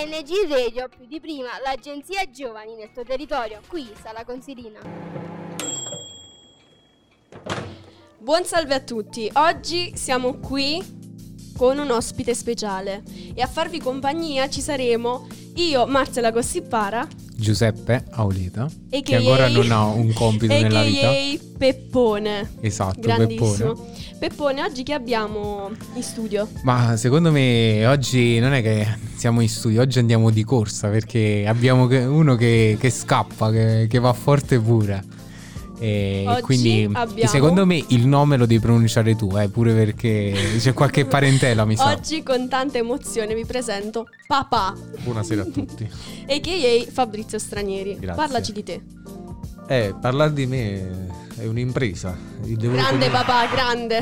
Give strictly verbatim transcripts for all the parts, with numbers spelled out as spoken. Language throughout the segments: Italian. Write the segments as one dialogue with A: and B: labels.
A: A N G Radio, più di prima, l'agenzia giovani nel tuo territorio. Qui sta la consilina.
B: Buon salve a tutti. Oggi siamo qui con un ospite speciale e a farvi compagnia ci saremo io, Marzia la Gossipara,
C: Giuseppe Aulita,
B: a k a
C: che ancora non ha un compito nella vita.
B: a k a. Peppone.
C: Esatto,
B: grandissimo.
C: Peppone.
B: Peppone, oggi che abbiamo in studio?
C: Ma secondo me oggi non è che siamo in studio, oggi andiamo di corsa perché abbiamo uno che, che scappa, che, che va forte pure. E
B: oggi
C: quindi
B: abbiamo...
C: secondo me il nome lo devi pronunciare tu, eh, pure perché c'è qualche parentela, mi sa.
B: Oggi con tanta emozione vi presento papà.
D: Buonasera a tutti.
B: a k a. Fabrizio Stranieri.
D: Grazie.
B: Parlaci di te.
D: Eh, parlare di me è un'impresa. Devo
B: Grande
D: com-
B: papà, grande.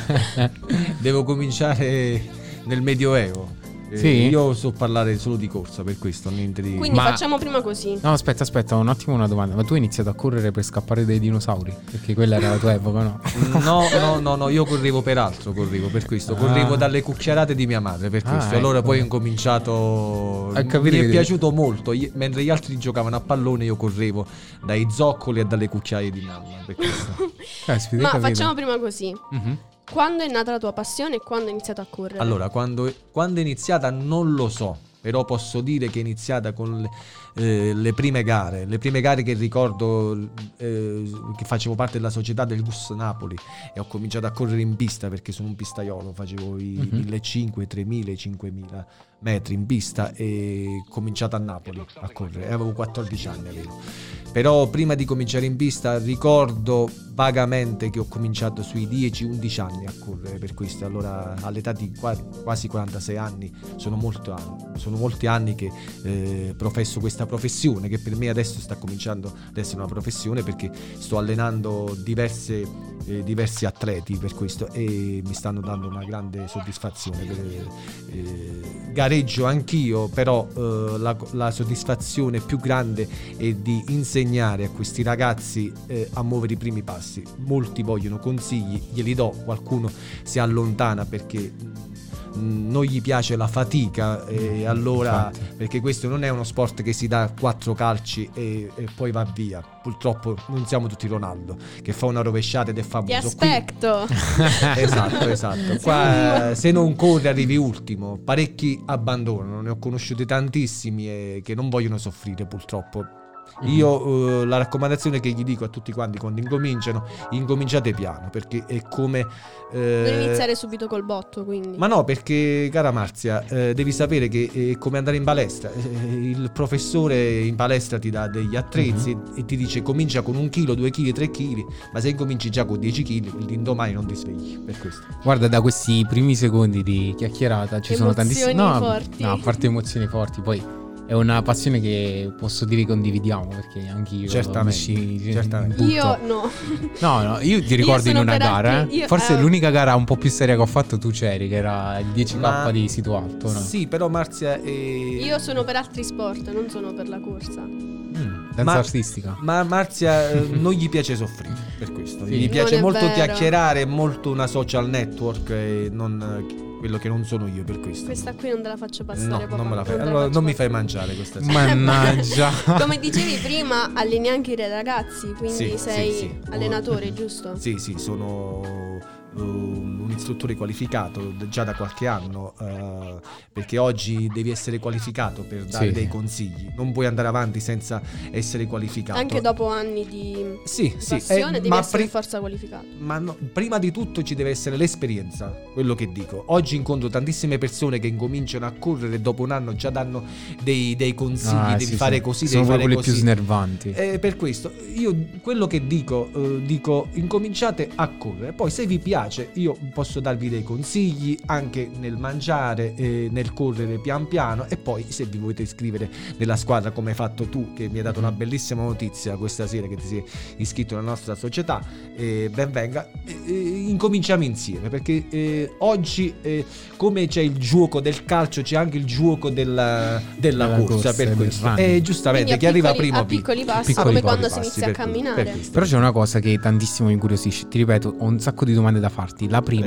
D: Devo cominciare nel Medioevo. Eh,
C: Sì?
D: Io so parlare solo di corsa, per questo niente di...
B: Quindi
C: Ma-
B: facciamo prima così.
C: No, aspetta, aspetta, un attimo una domanda. Ma tu hai iniziato a correre per scappare dai dinosauri? Perché quella era la tua epoca, no?
D: No, no, no, no, io correvo per altro, correvo per questo. Correvo
C: Ah.
D: dalle cucchiarate di mia madre, per
C: Ah,
D: questo. Allora
C: ecco.
D: poi ho incominciato...
C: A capire
D: Mi è
C: che-
D: piaciuto molto. Io- mentre gli altri giocavano a pallone, io correvo dai zoccoli e dalle cucchiaie di mamma, per questo.
C: Caspita, hai
B: Ma
C: capito?
B: facciamo prima così.
C: Mhm.
B: Quando è nata la tua passione e quando hai iniziato a correre?
D: Allora, quando, quando è iniziata non lo so, però posso dire che è iniziata con le, eh, le prime gare, le prime gare che ricordo, eh, che facevo parte della società del G U S Napoli e ho cominciato a correre in pista perché sono un pistaiolo, facevo i
C: Mhm.
D: millecinquecento, tremila, cinquemila metri in pista e ho cominciato a Napoli a correre, e avevo quattordici anni avevo. Però prima di cominciare in pista ricordo vagamente che ho cominciato sui dieci undici anni a correre, per questo allora all'età di qua- quasi quarantasei anni sono, molto anni sono molti anni che eh, professo questa professione, che per me adesso sta cominciando ad essere una professione perché sto allenando diverse, eh, diversi atleti per questo e mi stanno dando una grande soddisfazione. Per, eh, gareggio anch'io, però eh, la, la soddisfazione più grande è di insegnare a questi ragazzi eh, a muovere i primi passi. Molti vogliono consigli, glieli do, qualcuno si allontana perché mh, non gli piace la fatica e allora
C: Infatti.
D: perché questo non è uno sport che si dà quattro calci e, e poi va via. Purtroppo non siamo tutti Ronaldo che fa una rovesciata ed è
B: Ti
D: famoso. Qui-
B: aspetto.
D: esatto, esatto. Qua, se non corri arrivi ultimo. Parecchi abbandonano, ne ho conosciuti tantissimi e che non vogliono soffrire purtroppo. Io eh, la raccomandazione che gli dico a tutti quanti quando incominciano, incominciate piano perché è come eh,
B: Non iniziare subito col botto, quindi.
D: ma no, perché cara Marzia, eh, devi sapere che è come andare in palestra. Eh, il professore in palestra ti dà degli attrezzi e ti dice comincia con un chilo, due chili, tre chili, ma se incominci già con dieci chili, l'indomani non ti svegli, per questo.
C: Guarda, da questi primi secondi di chiacchierata ci sono tantissime
B: Emozioni
C: no,
B: forti.
C: no, a parte emozioni forti, poi è una passione che posso dire condividiamo perché anch'io
D: Certamente,
C: mi-
D: certamente.
C: butto.
B: Io no.
C: No, no, io ti ricordo in
B: sono
C: una
B: per
C: gara,
B: altri-
C: eh.
B: io-
C: Forse
B: eh.
C: l'unica gara un po' più seria che ho fatto tu c'eri, che era il dieci K
D: Ma-
C: di Sito Alto, no?
D: Sì, però Marzia è...
B: Io sono per altri sport, non sono per la corsa.
C: Mm, danza
D: Ma-
C: artistica.
D: Ma Marzia eh, non gli piace soffrire, per questo.
C: Sì.
D: Gli
B: Non
D: piace
B: è
D: molto
B: vero.
D: chiacchierare, molto una social network e non eh, quello che non sono io, per questo.
B: Questa qui non te la faccio passare,
D: No,
B: papà.
D: non me la fai.
B: te la
D: Allora
B: faccio
D: non mi fai
B: passare.
D: mangiare questa sera.
C: Mannaggia.
B: Come dicevi prima, alleni anche i ragazzi, quindi
D: Sì,
B: sei
D: sì, sì.
B: allenatore, giusto?
D: Sì, sì, sono uh, un istruttore qualificato d- già da qualche anno, uh, perché oggi devi essere qualificato per dare
C: Sì.
D: dei consigli. Non puoi andare avanti senza essere qualificato.
B: Anche dopo anni di
D: Sì, sì,
B: passione
D: eh,
B: devi
D: ma
B: essere
D: pri-
B: per forza qualificato.
D: Ma no, prima di tutto ci deve essere l'esperienza, quello che dico. Oggi incontro tantissime persone che incominciano a correre e dopo un anno già danno dei, dei consigli,
C: Ah,
D: devi
C: sì,
D: fare
C: sì.
D: così,
C: Sono
D: devi fare
C: quelli
D: così.
C: più snervanti.
D: Eh, per questo io quello che dico, eh, dico incominciate a correre, poi se vi piace io posso darvi dei consigli anche nel mangiare, eh, nel correre pian piano, e poi se vi volete iscrivere nella squadra come hai fatto tu, che mi hai dato una bellissima notizia questa sera che ti sei iscritto nella nostra società, eh, ben venga, eh, eh, incominciamo insieme perché eh, oggi eh, come c'è il gioco del calcio c'è anche il gioco della, della
C: Della
D: corsa,
C: corsa,
D: per
C: del
D: questo
C: running.
D: e giustamente
B: Quindi
D: chi
B: a
D: arriva
B: piccoli-
D: prima
B: a piccoli passi,
C: piccoli
B: come
C: piccoli
B: quando si
D: passi,
B: inizia a
D: per cui-
B: camminare.
D: per questo.
C: Però c'è una cosa che tantissimo mi incuriosisce. Ti ripeto, ho un sacco di domande da farti. La prima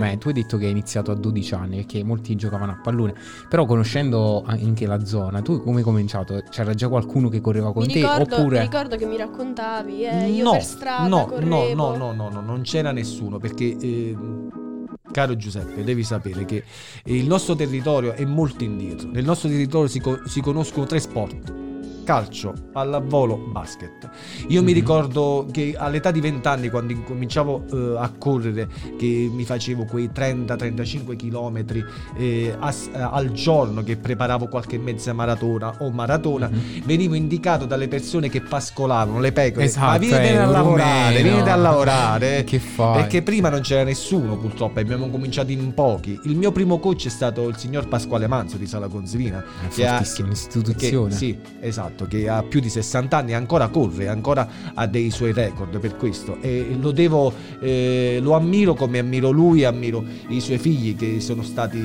C: me, tu hai detto che hai iniziato a dodici anni, perché molti giocavano a pallone, però conoscendo anche la zona, tu come hai cominciato? C'era già qualcuno che correva con
B: Mi
C: te
B: ricordo,
C: oppure...
B: mi ricordo che mi raccontavi, eh, io
D: no,
B: per strada
D: no,
B: correvo.
D: no, no, no, no, no, non c'era nessuno perché, eh, caro Giuseppe, devi sapere che il nostro territorio è molto indietro. Nel nostro territorio si, co- si conoscono tre sport: calcio, pallavolo, basket. Io
C: Mhm.
D: mi ricordo che all'età di venti anni, quando incominciavo eh, a correre, che mi facevo quei trenta trentacinque chilometri eh, as- eh, al giorno, che preparavo qualche mezza maratona o maratona,
C: Mhm.
D: venivo indicato dalle persone che pascolavano le pecore:
C: Esatto,
D: ma vieni
C: eh,
D: a lavorare,
C: rumeno.
D: vieni a lavorare.
C: Che fai?
D: Perché prima non c'era nessuno, purtroppo, abbiamo cominciato in pochi. Il mio primo coach è stato il signor Pasquale Manzo di Sala Consilina,
C: È
D: che ha-
C: fortissima
D: che-
C: un'istituzione.
D: sì, esatto, che ha più di sessanta anni, ancora corre, ancora ha dei suoi record per questo, e lo devo eh, lo ammiro come ammiro lui, ammiro i suoi figli, che sono stati,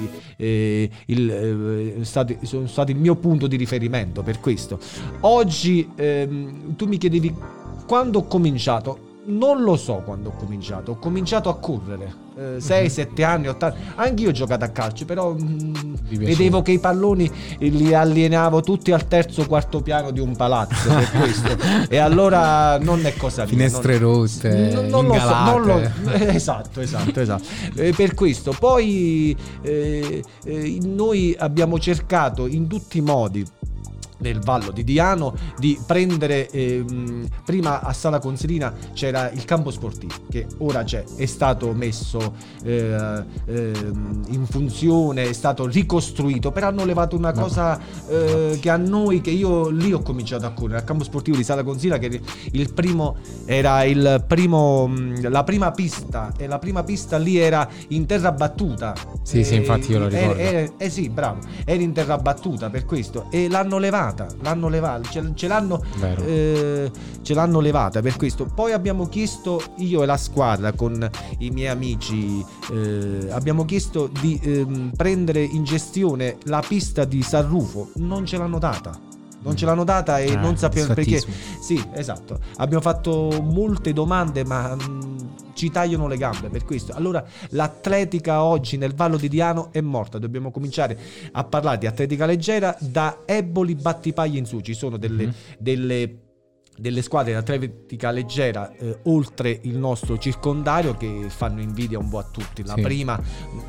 D: eh, il, eh, stati sono stati il mio punto di riferimento per questo. Oggi ehm, tu mi chiedevi quando ho cominciato. Non lo so quando ho cominciato, ho cominciato a correre, sei sette anni, otto anni, anche io ho giocato a calcio, però mm,
C: piaceva.
D: vedevo che i palloni li alienavo tutti al terzo quarto piano di un palazzo, per questo, e allora non è cosa mia.
C: Finestre
D: non,
C: rotte,
D: non, non lo so, non lo,
C: ingalate.
D: esatto, esatto, esatto. Eh, per questo poi eh, eh, noi abbiamo cercato in tutti i modi nel Vallo di Diano di prendere ehm, prima a Sala Consilina c'era il campo sportivo, che ora c'è, è stato messo eh, ehm, in funzione, è stato ricostruito, però hanno levato una
C: No.
D: cosa eh, che a noi, che io lì ho cominciato a correre al campo sportivo di Sala Consilina, che il primo era il primo mh, la prima pista, e la prima pista lì era in terra battuta.
C: Sì, sì, infatti io lo
D: Eh,
C: ricordo.
D: eh, eh sì, bravo, era in terra battuta, per questo, e l'hanno levata, l'hanno levata, ce, ce l'hanno
C: Vero.
D: eh, ce l'hanno levata per questo. Poi abbiamo chiesto, io e la squadra con i miei amici, eh, abbiamo chiesto di ehm, prendere in gestione la pista di San Rufo, non ce l'hanno data. Non ce l'hanno data e
C: Eh,
D: non sappiamo perché.
C: sfattismo.
D: Sì, esatto. Abbiamo fatto molte domande, ma mh, ci tagliano le gambe per questo. Allora, l'atletica oggi nel Vallo di Diano è morta. Dobbiamo cominciare a parlare di atletica leggera da Eboli, Battipaglia in su. Ci sono delle,
C: Mhm.
D: delle delle squadre di atletica leggera eh, oltre il nostro circondario, che fanno invidia un po' a tutti. La
C: Sì.
D: prima,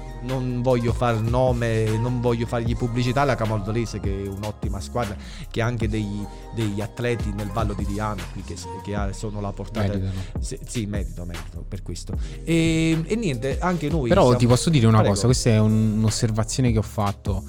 D: non voglio far nome, non voglio fargli pubblicità, la Camaldolese, che è un'ottima squadra, che ha anche degli, degli atleti nel Vallo di Diano qui che, che ha- sono la portata.
C: Meritano.
D: Sì, sì, merito, merito per questo. E, e niente, anche noi
C: Però
D: siamo-
C: ti posso dire una
D: Prego.
C: cosa, questa è un- un'osservazione che ho fatto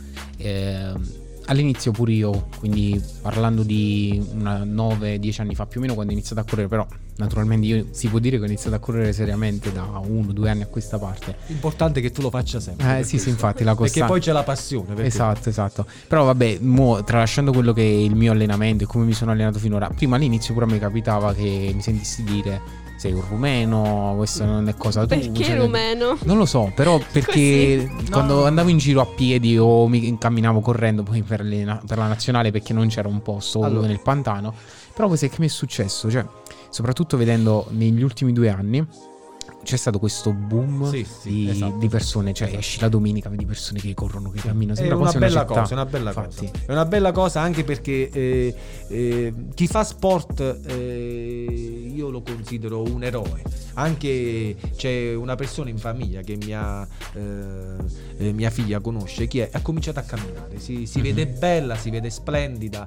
C: eh, all'inizio pure io, quindi parlando di nove dieci anni fa più o meno, quando ho iniziato a correre. Però naturalmente io si può dire che ho iniziato a correre seriamente da uno due anni a questa parte.
D: L'importante è che tu lo faccia sempre.
C: Eh
D: per
C: sì, sì,
D: questo.
C: infatti la
D: Perché
C: costanza.
D: poi c'è la passione. perché-
C: Esatto, esatto. Però vabbè, mo, tralasciando quello che è il mio allenamento e come mi sono allenato finora, prima all'inizio pure a me capitava che mi sentissi dire: sei un rumeno, questa non è cosa tua.
B: Perché
C: cioè,
B: rumeno?
C: Non lo so, però perché quando
D: No.
C: andavo in giro a piedi o mi camminavo correndo poi per, le na- per la nazionale, perché non c'era un posto
D: Allora.
C: nel pantano. Però cos'è che mi è successo? Cioè, soprattutto vedendo negli ultimi due anni c'è stato questo boom
D: Sì, sì,
C: di,
D: esatto.
C: di persone. Cioè,
D: Esatto.
C: esci la domenica, vedi persone che corrono, che camminano.
D: È
C: Sembra
D: una
C: quasi
D: bella
C: città.
D: cosa, è una bella
C: Infatti.
D: cosa. È una bella cosa anche perché eh, eh, chi fa sport eh, io lo considero un eroe. Anche c'è una persona in famiglia che mia, eh, eh, mia figlia conosce, chi è, ha cominciato a camminare, si, si
C: Mhm.
D: vede bella, si vede splendida,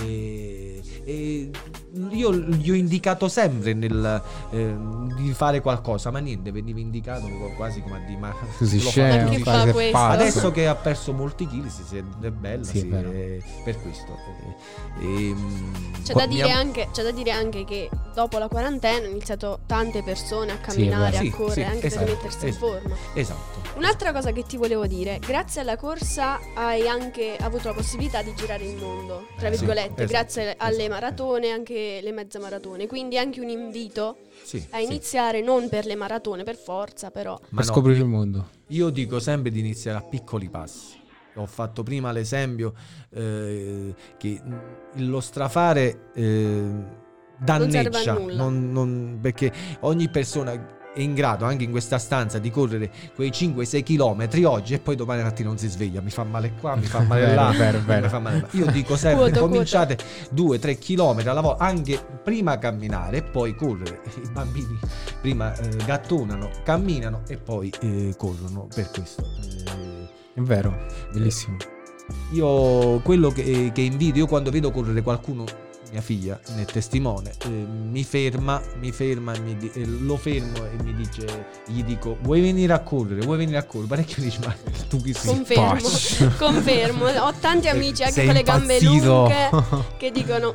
D: e, e io gli ho indicato sempre nel, eh, di fare qualcosa, ma niente, veniva indicato quasi come a dire: ma
C: Così
D: lo fa
C: scemo,
B: Perché
D: tutti.
B: fa
C: fai-
B: questo?
C: pazzo.
D: Adesso che ha perso molti chili si sente bella,
C: Sì, è
D: sì,
C: vero.
D: eh, per questo. eh, ehm,
B: C'è
D: qua-
B: da, dire
D: mia-
B: anche, c'è da dire anche che dopo la quarantena hanno iniziato tante persone a
C: Sì, è
B: camminare,
C: vero.
B: a
D: Sì,
B: correre,
D: sì,
B: anche
D: esatto,
B: per mettersi in
D: esatto.
B: forma.
D: Esatto.
B: Un'altra cosa che ti volevo dire: grazie alla corsa hai anche avuto la possibilità di girare il mondo, tra
D: Eh, sì,
B: virgolette,
D: esatto,
B: grazie alle
D: esatto.
B: maratone, anche le mezze maratone. Quindi anche un invito
D: Sì,
B: a
D: sì.
B: iniziare non per le maratone per forza, però.
D: Ma
C: Per
D: no,
C: scoprire il mondo.
D: io dico sempre di iniziare a piccoli passi. Ho fatto prima l'esempio eh, che lo strafare eh,
B: serve a
D: danneggia,
B: nulla.
D: non- non- perché ogni persona è in grado anche in questa stanza di correre quei cinque sei chilometri oggi e poi domani mattina non si sveglia, mi fa male qua, mi fa male là,
C: vero, vero.
D: mi fa male là. Io dico sempre
B: Quoto,
D: cominciate due tre chilometri alla volta, anche prima camminare e poi correre. I bambini prima eh, gattonano, camminano e poi eh, corrono, per questo eh,
C: È vero, bellissimo.
D: io quello che, che invidio, io quando vedo correre qualcuno, mia figlia ne è testimone, eh, mi ferma, mi ferma e mi di- eh, lo fermo e mi dice, gli dico vuoi venire a correre, vuoi venire a correre, parecchio dice ma tu chi sei?
B: Confermo,
C: Paccio.
B: confermo. Ho tanti amici anche
C: Sei
B: con le gambe
C: impazzito.
B: lunghe che dicono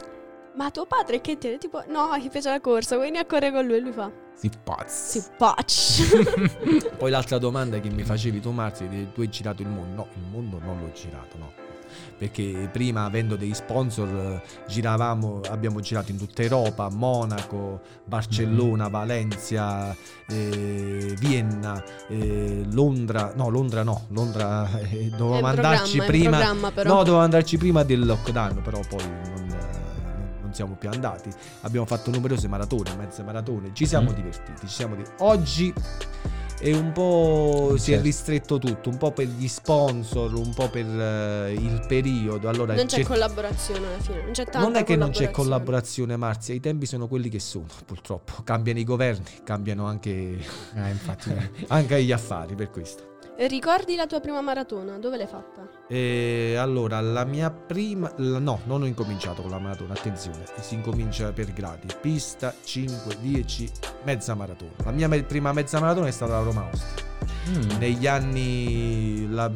B: ma tuo padre che te? Tipo no, gli piace la corsa, vuoi venire a correre con lui? E lui fa
C: Si pazzi.
B: si pacci.
D: Poi l'altra domanda che mi facevi tu, Marzia, di- tu hai girato il mondo? No, il mondo non l'ho girato, no. Perché prima, avendo dei sponsor, eh, giravamo, abbiamo girato in tutta Europa, Monaco, Barcellona, Valencia, eh, Vienna, eh, Londra, no, Londra no, Londra eh, dovevamo
B: È in
D: andarci
B: programma, è in
D: prima.
B: programma, però.
D: No, dovevamo andarci prima del lockdown, però poi non, eh, non siamo più andati. Abbiamo fatto numerose maratone, mezze maratone, ci siamo
C: Mm.
D: divertiti, ci siamo divertiti. Oggi è un po' si è
C: Certo.
D: ristretto tutto, un po' per gli sponsor, un po' per eh, il periodo. Allora
B: Non c'è
D: cer-
B: collaborazione alla fine, non c'è tanta
D: non è che non c'è
B: collaborazione.
D: collaborazione, Marzia, i tempi sono quelli che sono, purtroppo. Cambiano i governi, cambiano anche,
C: Eh, infatti.
D: anche gli affari, per questo.
B: Ricordi la tua prima maratona? Dove l'hai fatta?
D: E allora, la mia prima... la- no, non ho incominciato con la maratona, attenzione, si incomincia per gradi. Pista, cinque, dieci, mezza maratona. La mia me- prima mezza maratona è stata la Roma Ostia.
C: Mm.
D: Negli anni la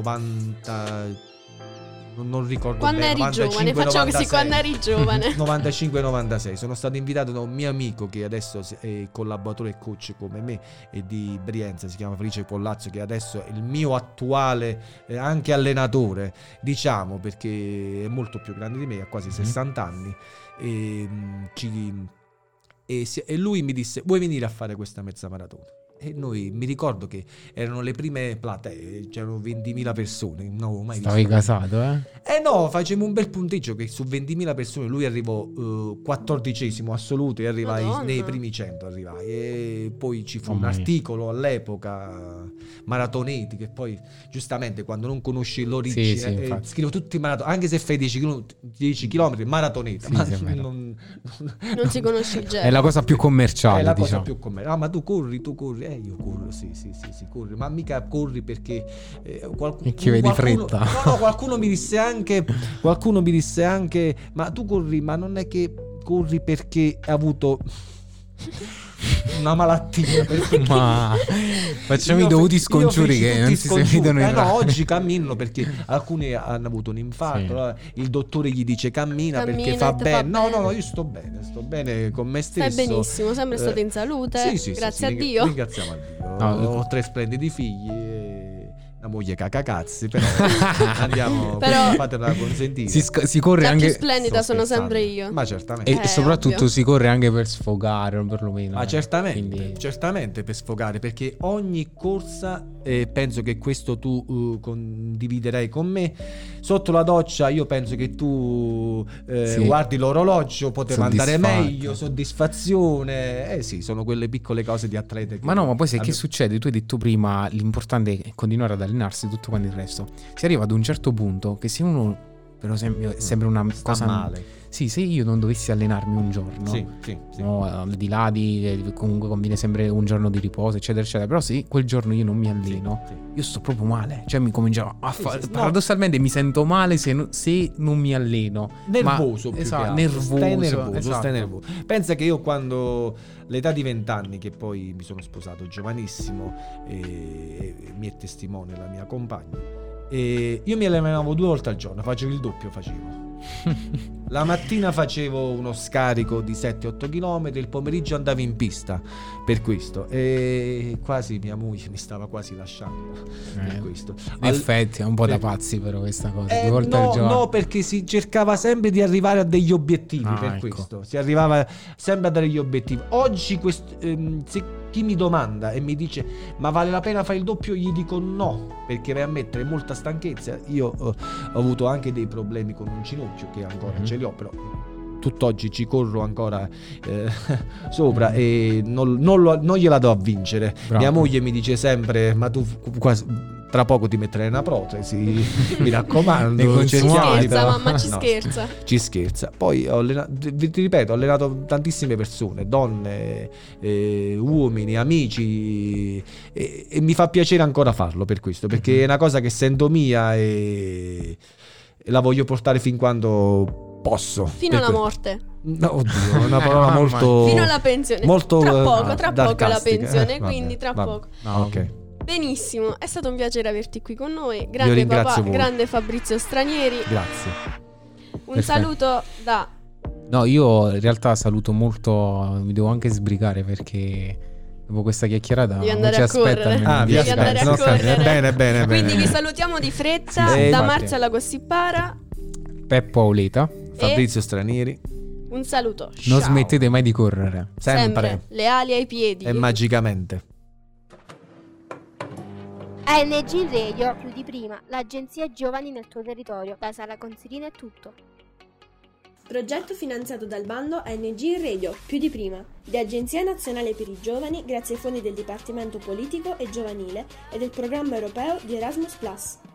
D: novanta, non, non ricordo
B: Quando
D: bene,
B: eri giovane,
D: novantacinque,
B: facciamo così,
D: novantasei.
B: quando eri giovane.
D: novantacinque novantasei sono stato invitato da un mio amico che adesso è collaboratore e coach come me, e di Brienza, si chiama Felice Pollazzo, che adesso è il mio attuale eh, anche allenatore, diciamo, perché è molto più grande di me, ha quasi sessanta anni, e, mm, ci, e, si- e lui mi disse vuoi venire a fare questa mezza maratona? E noi, mi ricordo che erano le prime platee, c'erano ventimila persone, non avevo mai
C: Stavi
D: visto.
C: casato, eh?
D: Eh no, facevamo un bel punteggio che su ventimila persone lui arrivò eh, quattordicesimo assoluto e arrivai
B: Madonna.
D: nei primi cento, arrivai. E poi ci fu un
C: Mamma mia.
D: articolo all'epoca, Maratoneti, che poi giustamente quando non conosci l'origine,
C: Sì, sì,
D: eh,
C: infatti.
D: scrivo tutti i maratoni, anche se fai dieci chilometri, maratoneta,
C: Sì,
D: ma
C: sì, è vero.
D: non,
B: Non si conosce il
C: È
B: genere.
C: la cosa più commerciale,
D: è la cosa
C: diciamo.
D: più commerciale. Ah, ma tu corri, tu corri. Eh, io corro, sì, sì, sì, sì, corri. Ma mica corri perché eh, qualcuno,
C: Perché vedi
D: qualcuno,
C: fretta.
D: No, no, qualcuno mi disse anche, qualcuno mi disse anche, ma tu corri, ma non è che corri perché hai avuto una malattia. Perché
C: Ma facciamo
D: io
C: i dovuti
D: fe- io
C: scongiuri
D: feci
C: che
D: tutti
C: non
D: i
C: si
D: scongiuri.
C: sentono in
D: Eh no,
C: radio.
D: oggi camminano perché alcuni hanno avuto un infarto,
C: Sì.
D: allora il dottore gli dice cammina,
B: Cammina
D: perché
B: e
D: fa
B: te
D: bene.
B: fa
D: No, no, no,
B: bene.
D: io sto bene, sto bene con me stesso.
B: Stai benissimo, sempre
D: Eh,
B: stato in salute.
D: sì, sì, sì,
B: Grazie
D: sì,
B: a
D: ring-
B: Dio.
D: Ringraziamo a Dio.
C: No,
D: Ho tre splendidi figli e una moglie cacacazzi, però andiamo,
B: Però-
D: fatela consentire.
C: Si, sc- si corre
B: La più
C: anche
B: splendida
D: Sto
B: sono
D: scherzando.
B: sempre io.
D: Ma certamente.
C: e
B: Eh,
C: soprattutto
B: ovvio.
C: si corre anche per sfogare, perlomeno.
D: Ma
C: eh.
D: certamente,
C: Quindi-
D: certamente per sfogare, perché ogni corsa, e penso che questo tu uh, condividerai con me, sotto la doccia io penso che tu eh,
C: Sì.
D: guardi l'orologio, poteva andare
C: Soddisfatto.
D: meglio, soddisfazione, eh sì, sono quelle piccole cose di atlete che
C: Ma no, ma poi sai che
D: abbiamo-
C: succede? Tu hai detto prima l'importante è continuare ad allenarsi, tutto quanto il resto. Si arriva ad un certo punto che se uno, per esempio, sembra una
D: sta
C: cosa
D: male.
C: Sì, se io non dovessi allenarmi un giorno,
D: Sì, sì, sì.
C: no, al di là di comunque conviene sempre un giorno di riposo, eccetera, eccetera. Però se quel giorno io non mi alleno,
D: Sì, sì.
C: io sto proprio male. Cioè mi comincio a
D: Sì,
C: fare.
D: sì, no.
C: Paradossalmente mi sento male se, no- se non mi alleno.
D: Nervoso,
C: Ma-
D: più
C: esatto,
D: che altro.
C: nervoso,
D: Stai nervoso,
C: esatto.
D: stai nervoso. Pensa che io quando l'età di vent'anni, che poi mi sono sposato giovanissimo e, e mi è testimone la mia compagna, e io mi allenavo due volte al giorno, facevo il doppio, facevo. La mattina facevo uno scarico di sette otto chilometri, il pomeriggio andavo in pista per questo, e quasi mia moglie mi stava quasi lasciando per
C: Eh,
D: questo.
C: In
D: Al-
C: effetti è un po' da
D: per-
C: pazzi però questa cosa.
D: Eh,
C: Due volte
D: no,
C: al giorno.
D: no, perché si cercava sempre di arrivare a degli obiettivi,
C: Ah,
D: per
C: ecco.
D: questo si arrivava sempre a degli obiettivi. Oggi quest- ehm, se chi mi domanda e mi dice ma vale la pena fare il doppio, gli dico no, perché vai a mettere molta stanchezza. Io eh, ho avuto anche dei problemi con un ginocchio che ancora
C: Mhm.
D: ce li ho, però tutt'oggi ci corro ancora eh, sopra e non, non, lo, non gliela do a vincere.
C: Bravo.
D: Mia moglie mi dice sempre: ma tu quasi tra poco ti metterai una protesi, mi raccomando.
B: Ci scherza, mamma, ci
D: no,
B: scherza.
D: Ci scherza. Poi ho allenato, ti ripeto, ho allenato tantissime persone, donne, eh, uomini, amici, e, e mi fa piacere ancora farlo per questo, perché mm-hmm. è una cosa che sento mia e, e la voglio portare fin quando posso.
B: Fino alla
D: questo.
B: morte.
D: No, oddio, è una parola molto...
B: Fino alla pensione.
D: Molto,
B: tra poco,
D: uh,
B: tra poco la
D: sarcastica.
B: pensione,
D: eh, vabbè,
B: quindi tra
D: vabbè.
B: poco.
C: Ah,
D: ok.
B: Benissimo, è stato un piacere averti qui con noi.
D: Io
B: Grande
D: ringrazio
B: papà,
D: voi.
B: grande Fabrizio Stranieri.
D: Grazie.
B: Un
C: Perfetto.
B: saluto da...
C: No, io in realtà saluto molto, mi devo anche sbrigare perché dopo questa chiacchierata
B: Devi
C: non
B: andare
C: ci
B: a
C: aspetta
B: correre.
C: almeno
D: Ah, vi
C: dieci
B: Devi andare a
C: minuti.
D: aspetto.
B: correre.
D: Ok, bene, bene, bene.
B: Quindi vi salutiamo di fretta
C: Sì, sì,
B: da
C: infatti.
B: Marcella Gossipara.
C: Peppo Auleta,
D: Fabrizio Stranieri.
B: Un saluto.
C: non
B: Ciao.
C: smettete mai di correre.
D: Sempre.
B: Le ali ai piedi.
D: E magicamente.
A: A N G Radio, più di prima, l'agenzia giovani nel tuo territorio. Da Sara Consilina è tutto.
E: Progetto finanziato dal bando A N G Radio, più di prima, di Agenzia Nazionale per i Giovani grazie ai fondi del Dipartimento Politico e Giovanile e del programma europeo di Erasmus plus.